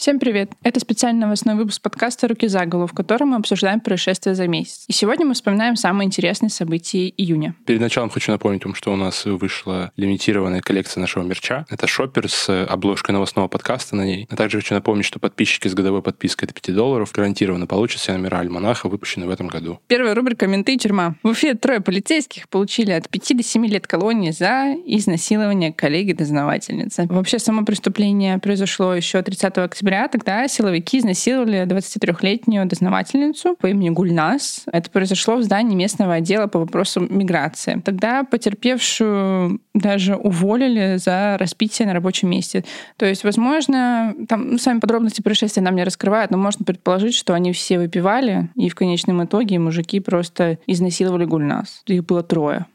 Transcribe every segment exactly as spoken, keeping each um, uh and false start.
Всем привет! Это специальный новостной выпуск подкаста «Руки за голову», в котором мы обсуждаем происшествия за месяц. И сегодня мы вспоминаем самые интересные события июня. Перед началом хочу напомнить вам, что у нас вышла лимитированная коллекция нашего мерча. Это шоппер с обложкой новостного подкаста на ней. А также хочу напомнить, что подписчики с годовой подпиской от пяти долларов гарантированно получат все номера «Альманаха», выпущенные в этом году. Первая рубрика «Менты и тюрьма». В Уфе трое полицейских получили от пяти до семи лет колонии за изнасилование коллеги-дознавательницы. Вообще, само преступление произошло еще тридцатого октября. Тогда силовики изнасиловали двадцатитрёхлетнюю дознавательницу по имени Гульнас. Это произошло в здании местного отдела по вопросам миграции. Тогда потерпевшую даже уволили за распитие на рабочем месте. То есть, возможно, там, ну, сами подробности происшествия нам не раскрывают, но можно предположить, что они все выпивали, и в конечном итоге мужики просто изнасиловали Гульнас. Их было трое.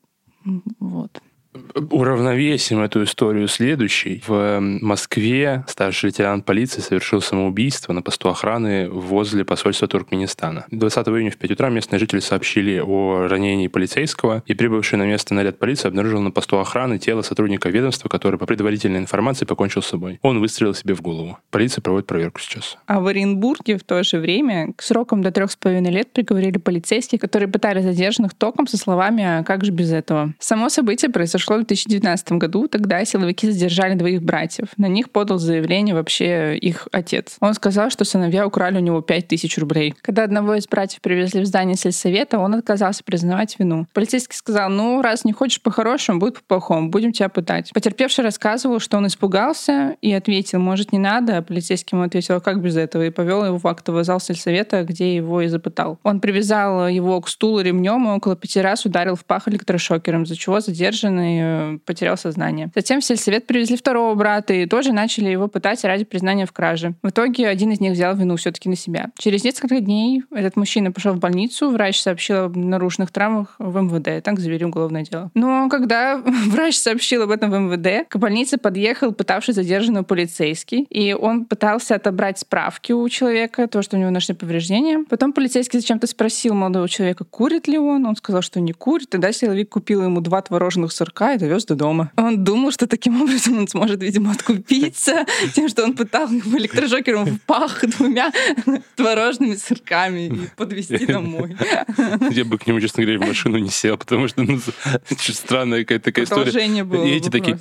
Вот. Уравновесим эту историю следующей. В Москве старший лейтенант полиции совершил самоубийство на посту охраны возле посольства Туркменистана. двадцатого июня в пять утра местные жители сообщили о ранении полицейского, и прибывший на место наряд полиции обнаружил на посту охраны тело сотрудника ведомства, который по предварительной информации покончил с собой. Он выстрелил себе в голову. Полиция проводит проверку сейчас. А в Оренбурге в то же время к срокам до трех с половиной лет приговорили полицейских, которые пытали задержанных током со словами «а как же без этого?». Само событие произошло в две тысячи девятнадцатом году. Тогда силовики задержали двоих братьев. На них подал заявление вообще их отец. Он сказал, что сыновья украли у него пять тысяч рублей. Когда одного из братьев привезли в здание сельсовета, он отказался признавать вину. Полицейский сказал: ну, раз не хочешь по-хорошему, будет по-плохому, будем тебя пытать. Потерпевший рассказывал, что он испугался и ответил: может, не надо? А полицейский ему ответил: а как без этого? И повел его в актовый зал сельсовета, где его и запытал. Он привязал его к стулу ремнем и около пяти раз ударил в пах электрошокером, за чего задержанный потерял сознание. Затем в сельсовет привезли второго брата и тоже начали его пытать ради признания в краже. В итоге один из них взял вину все-таки на себя. Через несколько дней этот мужчина пошел в больницу, врач сообщил об нарушенных травмах в эм вэ дэ, так завели уголовное дело. Но когда врач сообщил об этом в эм вэ дэ, к больнице подъехал пытавший задержанного полицейский, и он пытался отобрать справки у человека, то, что у него нашли повреждения. Потом полицейский зачем-то спросил молодого человека, курит ли он. Он сказал, что не курит. Тогда силовик купил ему два творожных сырка и довез до дома. Он думал, что таким образом он сможет, видимо, откупиться тем, что он пытал его электрошокером в пах двумя творожными сырками и подвезти домой. Я бы к нему, честно говоря, в машину не сел, потому что ну, странная какая-то такая история. Было и эти такие...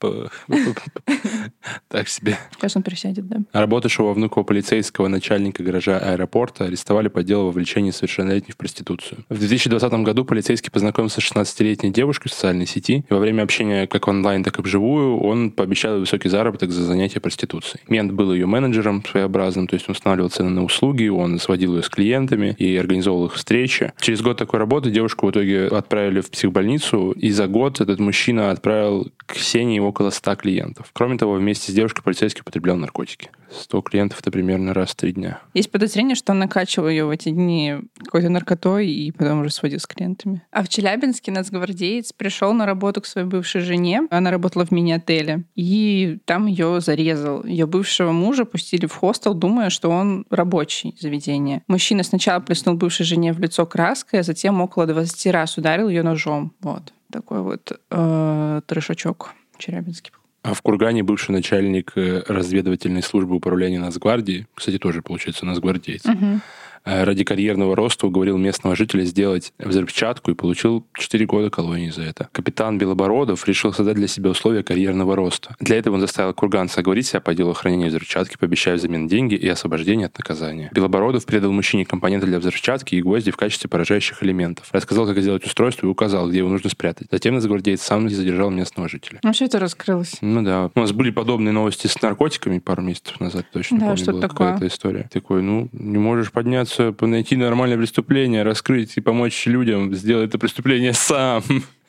Так себе. Сейчас он присядет, да. Работавшего во Внуково полицейского начальника гаража аэропорта арестовали по делу о вовлечении совершеннолетних в проституцию. В две тысячи двадцатом году полицейский познакомился с шестнадцатилетней девушкой в социальной сети, и во время общения как онлайн, так и вживую он пообещал ей высокий заработок за занятие проституцией. Мент был ее менеджером своеобразным, то есть он устанавливал цены на услуги, он сводил ее с клиентами и организовывал их встречи. Через год такой работы девушку в итоге отправили в психбольницу, и за год этот мужчина отправил к Ксении около ста клиентов. Кроме того, вместе с девушкой полицейский употреблял наркотики. сто клиентов — это примерно раз в три дня. Есть подозрение, что он накачивал ее в эти дни какой-то наркотой и потом уже сводил с клиентами. А в Челябинске нацгвардеец пришел на работу к своей бывшей жене. Она работала в мини-отеле. И там ее зарезал. Ее бывшего мужа пустили в хостел, думая, что он рабочий заведения. Мужчина сначала плеснул бывшей жене в лицо краской, а затем около двадцати раз ударил ее ножом. Вот. Такой вот э, трешачок в Челябинске. А в Кургане бывший начальник разведывательной службы управления Нацгвардии, кстати, тоже, получается, нацгвардеец, угу. ради карьерного роста уговорил местного жителя сделать взрывчатку и получил четыре года колонии за это. Капитан Белобородов решил создать для себя условия карьерного роста. Для этого он заставил курганца оговорить себя по делу хранения взрывчатки, пообещав взамен деньги и освобождение от наказания. Белобородов предал мужчине компоненты для взрывчатки и гвозди в качестве поражающих элементов. Рассказал, как сделать устройство и указал, где его нужно спрятать. Затем нацгвардеец сам задержал местного жителя. Ну, что это раскрылось? Ну да. У нас были подобные новости с наркотиками пару месяцев назад, точно да, помню, что была такое? какая-то история. Такой, ну, не можешь подняться, найти нормальное преступление, раскрыть и помочь людям, сделать это преступление сам.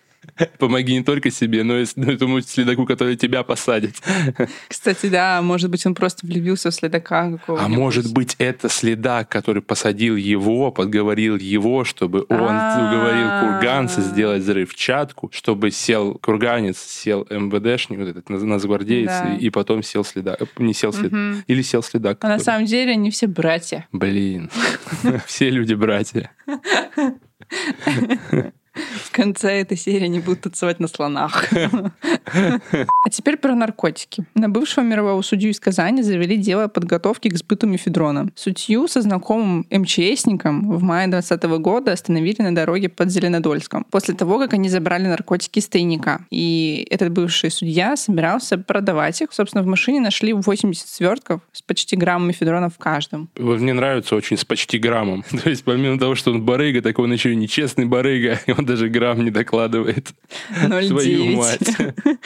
Помоги не только себе, но и этому следаку, который тебя посадит. Кстати, да, может быть, он просто влюбился в следака какого-нибудь. А может быть, это следак, который посадил его, подговорил его, чтобы он уговорил курганца сделать взрывчатку, чтобы сел курганец, сел эм вэ дэшник, вот этот нацгвардеец, да. и, и потом сел следак. Не сел следак. Угу. Или сел следак. А который... на самом деле они все братья. Блин. Все люди братья. В конце этой серии они будут танцевать на слонах. А теперь про наркотики. На бывшего мирового судью из Казани завели дело о подготовке к сбыту мефедрона. Судью со знакомым МЧСником в мае двадцатого года остановили на дороге под Зеленодольском после того, как они забрали наркотики из тайника. И этот бывший судья собирался продавать их. Собственно, в машине нашли восемьдесят свертков с почти грамм мефедрона в каждом. Мне нравится очень с почти граммом. То есть помимо того, что он барыга, так он еще и нечестный барыга, и он даже грамм не докладывает. Свою мать.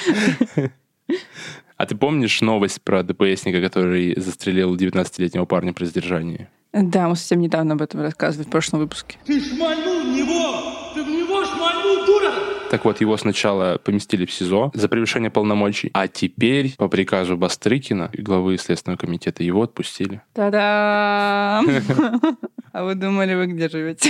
А ты помнишь новость про ДПСника, который застрелил девятнадцатилетнего парня при задержании? Да, мы совсем недавно об этом рассказывали в прошлом выпуске. Ты шмальнул в него! Ты в него шмальнул, дура! Так вот, его сначала поместили в СИЗО за превышение полномочий, а теперь по приказу Бастрыкина, главы Следственного комитета, его отпустили. Та-дам! А вы думали, вы где живете?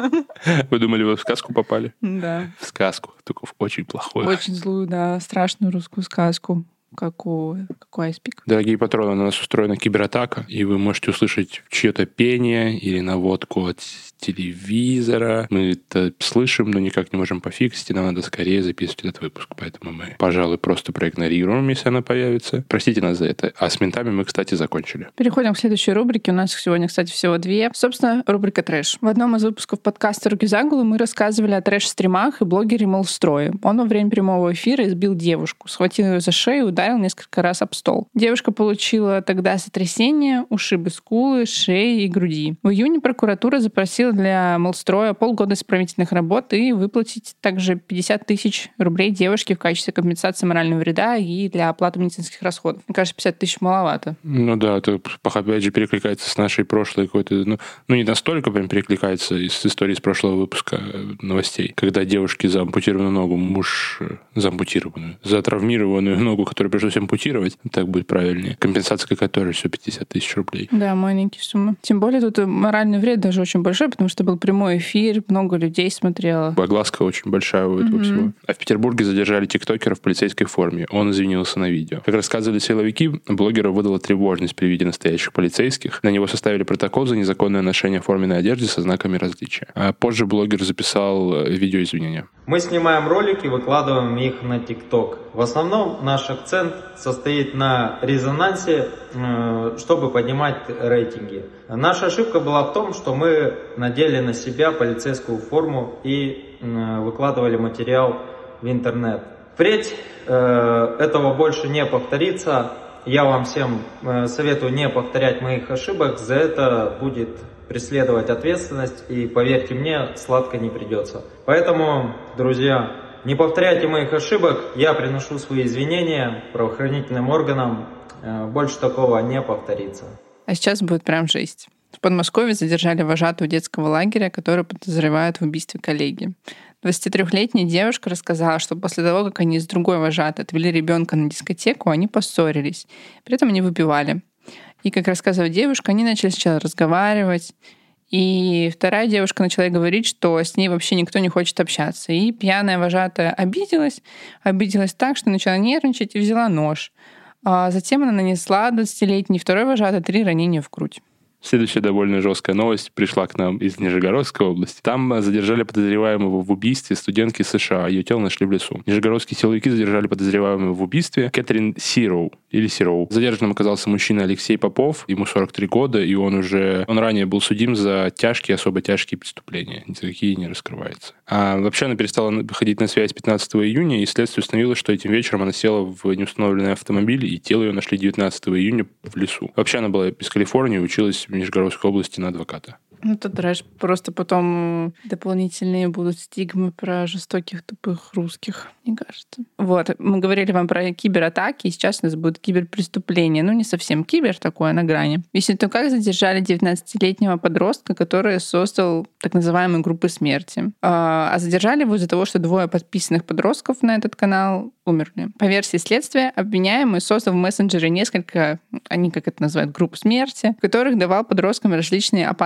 Вы думали, вы в сказку попали? Да. В сказку, только в очень плохую. Очень злую, да, страшную русскую сказку. Как у, как у Айспик. Дорогие патроны, на нас устроена кибератака, и вы можете услышать чье-то пение или наводку от телевизора. Мы это слышим, но никак не можем пофиксить, и нам надо скорее записывать этот выпуск. Поэтому мы, пожалуй, просто проигнорируем, если она появится. Простите нас за это. А с ментами мы, кстати, закончили. Переходим к следующей рубрике. У нас их сегодня, кстати, всего две. Собственно, рубрика «Трэш». В одном из выпусков подкаста «Руки за голову» мы рассказывали о трэш-стримах и блогере Молстрое. Он во время прямого эфира избил девушку, схватил ее за шею и ударил несколько раз об стол. Девушка получила тогда сотрясение, ушибы скулы, шеи и груди. В июне прокуратура запросила для Молстроя полгода исправительных работ и выплатить также пятьдесят тысяч рублей девушке в качестве компенсации морального вреда и для оплаты медицинских расходов. Мне кажется, пятьдесят тысяч маловато. Ну да, это опять же перекликается с нашей прошлой какой-то... Ну, ну не настолько прям перекликается с историей с прошлого выпуска новостей, когда девушке за ампутированную ногу, муж за ампутированную, за травмированную ногу, которую пришлось ампутировать, так будет правильнее, компенсация которой всего пятьдесят тысяч рублей. Да, маленькие суммы. Тем более тут моральный вред даже очень большой, потому что был прямой эфир, много людей смотрело. Огласка очень большая у этого mm-hmm. всего. А в Петербурге задержали тиктокера в полицейской форме. Он извинился на видео. Как рассказывали силовики, блогеру выдала тревожность при виде настоящих полицейских. На него составили протокол за незаконное ношение форменной одежды со знаками различия. А позже блогер записал видео извинения. Мы снимаем ролики, выкладываем их на ТикТок. В основном наш акцент состоит на резонансе, чтобы поднимать рейтинги. Наша ошибка была в том, что мы надели на себя полицейскую форму и выкладывали материал в интернет. Впредь этого больше не повторится. Я вам всем советую не повторять моих ошибок. За это будет преследовать ответственность, и, поверьте мне, сладко не придется. Поэтому, друзья, не повторяйте моих ошибок. Я приношу свои извинения правоохранительным органам. Больше такого не повторится. А сейчас будет прям жесть. В Подмосковье задержали вожатую детского лагеря, которую подозревают в убийстве коллеги. двадцатитрёхлетняя девушка рассказала, что после того, как они с другой вожатой отвели ребенка на дискотеку, они поссорились. При этом они выпивали. И, как рассказывает девушка, они начали сначала разговаривать, и вторая девушка начала говорить, что с ней вообще никто не хочет общаться. И пьяная вожатая обиделась, обиделась так, что начала нервничать и взяла нож. А затем она нанесла двадцатилетней второй вожатой три ранения в грудь. Следующая довольно жесткая новость пришла к нам из Нижегородской области. Там задержали подозреваемого в убийстве студентки США. Ее тело нашли в лесу. Нижегородские силовики задержали подозреваемого в убийстве Кэтрин Сироу или Сироу. Задержанным оказался мужчина Алексей Попов. Ему сорок три года, и он уже... Он ранее был судим за тяжкие, особо тяжкие преступления. Ни за какие не раскрывается. А вообще она перестала выходить на связь пятнадцатого июня, и следствие установило, что этим вечером она села в неустановленный автомобиль, и тело ее нашли девятнадцатого июня в лесу. Вообще она была из Калифорнии, училась в Нижегородской области на адвоката. Ну, это трэш. Просто потом дополнительные будут стигмы про жестоких, тупых русских, мне кажется. Вот, мы говорили вам про кибератаки, и сейчас у нас будет киберпреступление. Ну, не совсем кибер такое, на грани. Если то как задержали девятнадцатилетнего подростка, который создал так называемые группы смерти. А задержали его из-за того, что двое подписанных подростков на этот канал умерли. По версии следствия, обвиняемый создал в мессенджере несколько, они как это называют, групп смерти, в которых давал подросткам различные опасные задания.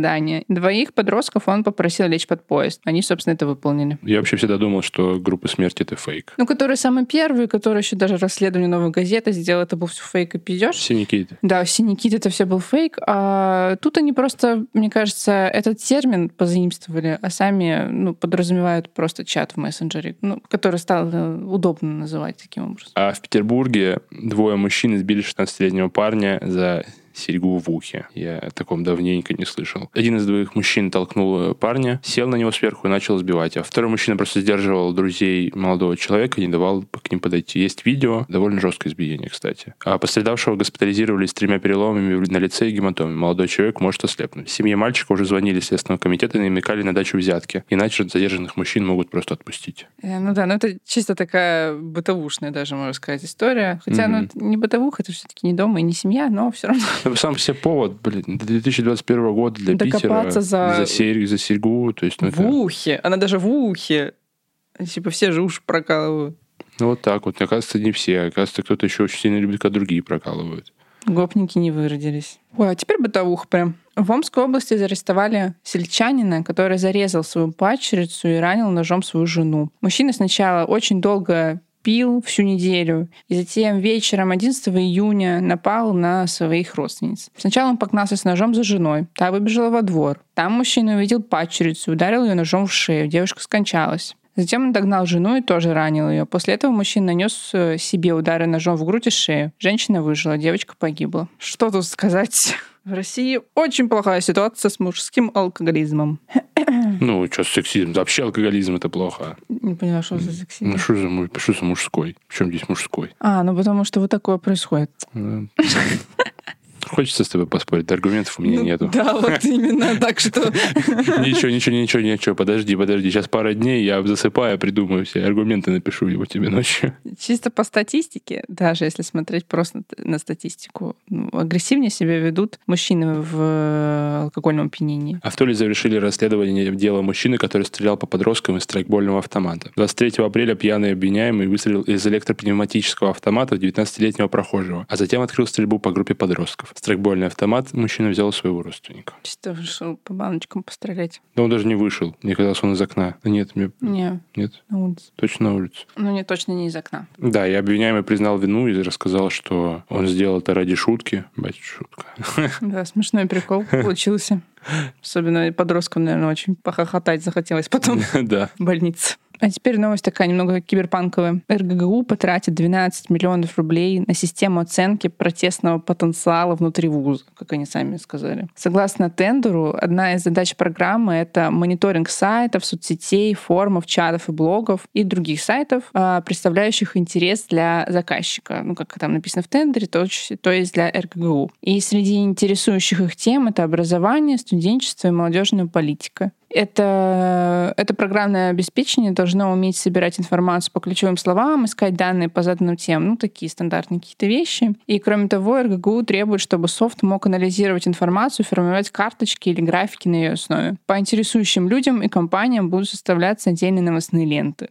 задание. Двоих подростков он попросил лечь под поезд. Они, собственно, это выполнили. Я вообще всегда думал, что группа смерти — это фейк. Ну, который самый первый, который еще даже расследование «Новой газеты» сделал, это был все фейк и пиздеж. Синий кит. Да, «Синий кит» — это все был фейк. А тут они просто, мне кажется, этот термин позаимствовали, а сами ну, подразумевают просто чат в мессенджере, ну, который стало удобно называть таким образом. А в Петербурге двое мужчин избили шестнадцатилетнего парня за серьгу в ухе. Я о таком давненько не слышал. Один из двоих мужчин толкнул парня, сел на него сверху и начал сбивать. А второй мужчина просто сдерживал друзей молодого человека, не давал к ним подойти. Есть видео, довольно жесткое избиение, кстати. А пострадавшего госпитализировали с тремя переломами на лице и гематоме. Молодой человек может ослепнуть. Семье мальчика уже звонили Следственного комитета и намекали на дачу взятки. Иначе задержанных мужчин могут просто отпустить. Э, ну да, но это чисто такая бытовушная даже, можно сказать, история. Хотя, mm-hmm. ну, это не бытовуха, это все-таки не дома и не семья, но все равно. Сам по себе повод, блин, две тысячи двадцать первого года для Питера за... за, серь... за серьгу. То есть, ну, в это... ухе. Она даже в ухе. Типа все же уши прокалывают. Ну вот так вот. Оказывается, не все. Оказывается, кто-то еще очень сильно любит, когда другие прокалывают. Гопники не выродились. Ой, а теперь бытовуха прям. В Омской области зарестовали сельчанина, который зарезал свою падчерицу и ранил ножом свою жену. Мужчина сначала очень долго пил всю неделю, и затем вечером одиннадцатого июня напал на своих родственниц. Сначала он погнался с ножом за женой, та выбежала во двор. Там мужчина увидел падчерицу, ударил ее ножом в шею, девушка скончалась. Затем он догнал жену и тоже ранил ее. После этого мужчина нанес себе удары ножом в грудь и шею. Женщина выжила, девочка погибла. Что тут сказать? В России очень плохая ситуация с мужским алкоголизмом. Ну, что с сексизмом? Вообще алкоголизм — это плохо. Не поняла, что за сексизм. Ну, что за, что за мужской? В чем здесь мужской? А, ну потому что вот такое происходит. Хочется с тобой поспорить, аргументов у меня ну, нету. Да, вот именно, так что... Ничего, ничего, ничего, ничего, подожди, подожди. Сейчас пара дней, я засыпаю, придумаю все аргументы, напишу его тебе ночью. Чисто по статистике, даже если смотреть просто на статистику, ну, агрессивнее себя ведут мужчины в алкогольном опьянении. А в Туле завершили расследование дела мужчины, который стрелял по подросткам из страйкбольного автомата. двадцать третьего апреля пьяный обвиняемый выстрелил из электропневматического автомата в девятнадцатилетнего прохожего, а затем открыл стрельбу по группе подростков. Страйкбольный автомат мужчина взял у своего родственника. Чисто вышел по баночкам пострелять. Да он даже не вышел. Мне казалось, он из окна. Нет, мне... Не, Нет? на улице. Точно на улице. Ну, не, точно не из окна. Да, и обвиняемый признал вину и рассказал, что он сделал это ради шутки. Бать, шутка. Да, смешной прикол получился. Особенно подросткам, наверное, очень похохотать захотелось потом в больнице. А теперь новость такая немного киберпанковая. эр гэ гэ у потратит двенадцать миллионов рублей на систему оценки протестного потенциала внутри вуза, как они сами сказали. Согласно тендеру, одна из задач программы — это мониторинг сайтов, соцсетей, форумов, чатов и блогов и других сайтов, представляющих интерес для заказчика. Ну, как там написано в тендере, то, то есть для эр гэ гэ у. И среди интересующих их тем — это образование, студенчество и молодежная политика. Это, это программное обеспечение должно уметь собирать информацию по ключевым словам, искать данные по заданным темам, ну, такие стандартные какие-то вещи. И, кроме того, эр гэ гэ у требует, чтобы софт мог анализировать информацию, формировать карточки или графики на ее основе. По интересующим людям и компаниям будут составляться отдельные новостные ленты.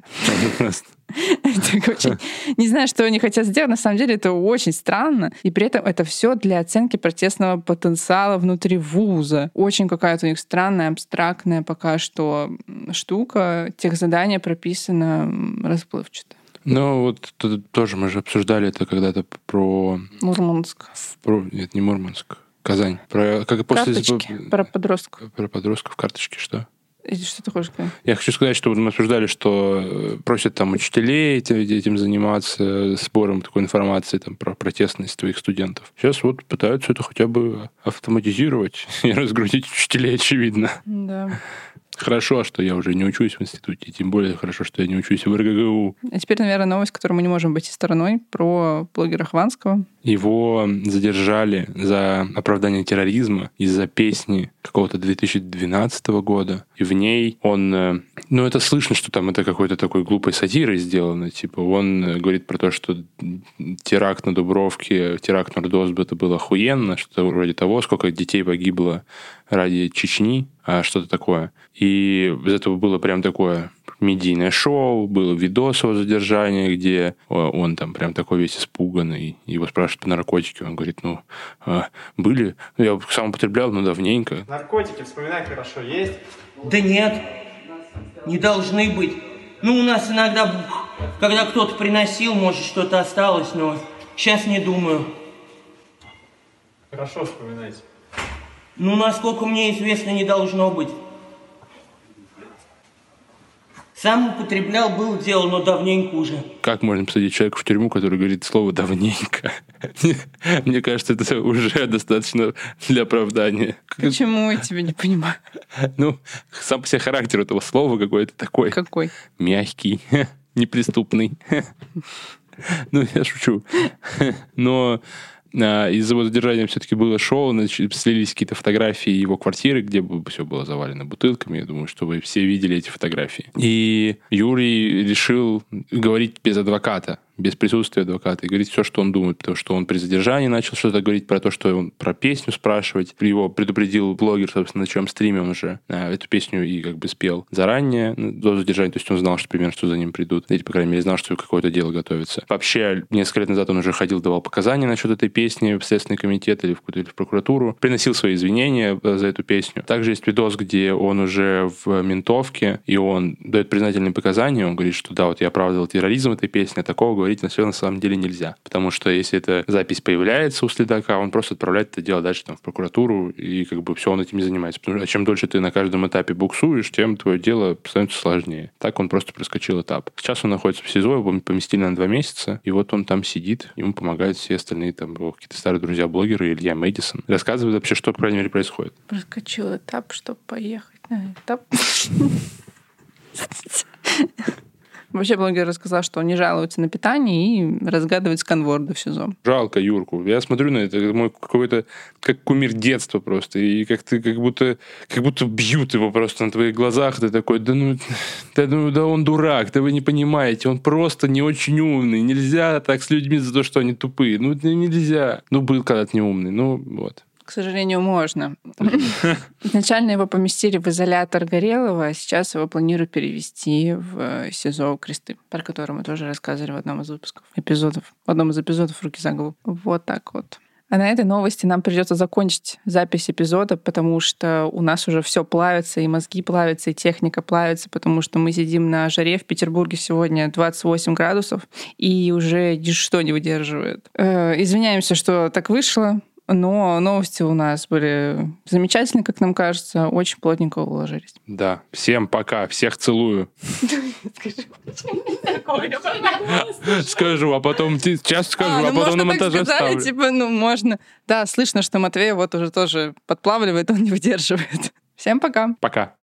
Это очень... Не знаю, что они хотят сделать. На самом деле это очень странно. И при этом это все для оценки протестного потенциала внутри вуза. Очень какая-то у них странная, абстрактная пока что штука. Техзадание прописано расплывчато. Ну, вот тут тоже мы же обсуждали это когда-то про... Мурманск. Про... Нет, не Мурманск. Казань. Про... Как после... Карточки. Про подростков. Про подростков. Карточки что? Что ты хочешь сказать? Я хочу сказать, что мы обсуждали, что просят там учителей этим, этим заниматься, сбором такой информации там, про протестность твоих студентов. Сейчас вот пытаются это хотя бы автоматизировать и разгрузить учителей, очевидно. Да. Хорошо, что я уже не учусь в институте, тем более хорошо, что я не учусь в эр гэ гэ у. А теперь, наверное, новость, которую мы не можем обойти стороной, про блогера Хованского. Его задержали за оправдание терроризма из-за песни какого-то две тысячи двенадцатого года. И в ней он... Ну, это слышно, что там это какой-то такой глупой сатирой сделано. Типа он говорит про то, что теракт на Дубровке, теракт на Родосбе, это было охуенно, что вроде того, сколько детей погибло ради Чечни, а что-то такое. И из этого было прям такое медийное шоу, был видос его задержания, где он там прям такой весь испуганный, его спрашивают по наркотике, он говорит, ну, были, ну, я сам употреблял, но давненько. Наркотики, вспоминай хорошо, есть? Да нет, не должны быть. Ну, у нас иногда, когда кто-то приносил, может, что-то осталось, но сейчас не думаю. Хорошо вспоминайте. Ну, насколько мне известно, не должно быть. Сам употреблял, было дело, но давненько уже. Как можно посадить человека в тюрьму, который говорит слово «давненько»? Мне кажется, это уже достаточно для оправдания. Почему я тебя не понимаю? Ну, сам по себе характер этого слова какой-то такой. Какой? Мягкий, неприступный. Ну, я шучу. Но... Из-за его задержания все-таки было шоу, значит, слились какие-то фотографии его квартиры, где все было завалено бутылками. Я думаю, что вы все видели эти фотографии. И Юрий решил говорить без адвоката, без присутствия адвоката, и говорить все, что он думает, потому что он при задержании начал что-то говорить про то, что он про песню спрашивать. Его предупредил блогер, собственно, на чем стриме он уже а, эту песню и как бы спел заранее до задержания, то есть он знал, что примерно, что за ним придут. Или, по крайней мере, знал, что какое-то дело готовится. Вообще, несколько лет назад он уже ходил, давал показания насчет этой песни в Следственный комитет или в, или в прокуратуру, приносил свои извинения за эту песню. Также есть видос, где он уже в ментовке, и он дает признательные показания, он говорит, что да, вот я оправдывал терроризм этой песни, а такого говорить на все на самом деле нельзя. Потому что если эта запись появляется у следака, он просто отправляет это дело дальше там, в прокуратуру, и как бы все, он этим не занимается. Потому что чем дольше ты на каждом этапе буксуешь, тем твое дело становится сложнее. Так он просто проскочил этап. Сейчас он находится в СИЗО, его поместили на два месяца, и вот он там сидит, ему помогают все остальные там какие-то старые друзья-блогеры, Илья Мэдисон. Рассказывает вообще, что, по крайней мере, происходит. Проскочил этап, чтобы поехать на этап. Вообще блогер рассказал, что он не жалуется на питание и разгадывает сканворды в СИЗО. Жалко Юрку. Я смотрю на это, мой какой-то как кумир детства просто. И как ты как будто, как будто бьют его просто на твоих глазах. Ты такой, да ну, да, ну, да он дурак, да вы не понимаете. Он просто не очень умный. Нельзя так с людьми за то, что они тупые. Ну, нельзя. Ну, был когда-то не умный. Ну, вот. К сожалению, можно. Изначально его поместили в изолятор Горелого, а сейчас его планируют перевести в СИЗО Кресты, про который мы тоже рассказывали в одном из выпусков, эпизодов, в одном из эпизодов «Руки за голову». Вот так вот. А на этой новости нам придется закончить запись эпизода, потому что у нас уже все плавится, и мозги плавятся, и техника плавится, потому что мы сидим на жаре в Петербурге сегодня двадцать восемь градусов, и уже ничто не выдерживает. Э, извиняемся, что так вышло. Но новости у нас были замечательные, как нам кажется, очень плотненько уложились. Да. Всем пока. Всех целую. Скажу, а потом сейчас скажу, а потом на монтаже вставлю. Типа, ну, можно. Да, слышно, что Матвей вот уже тоже подплавливает, он не выдерживает. Всем пока. Пока.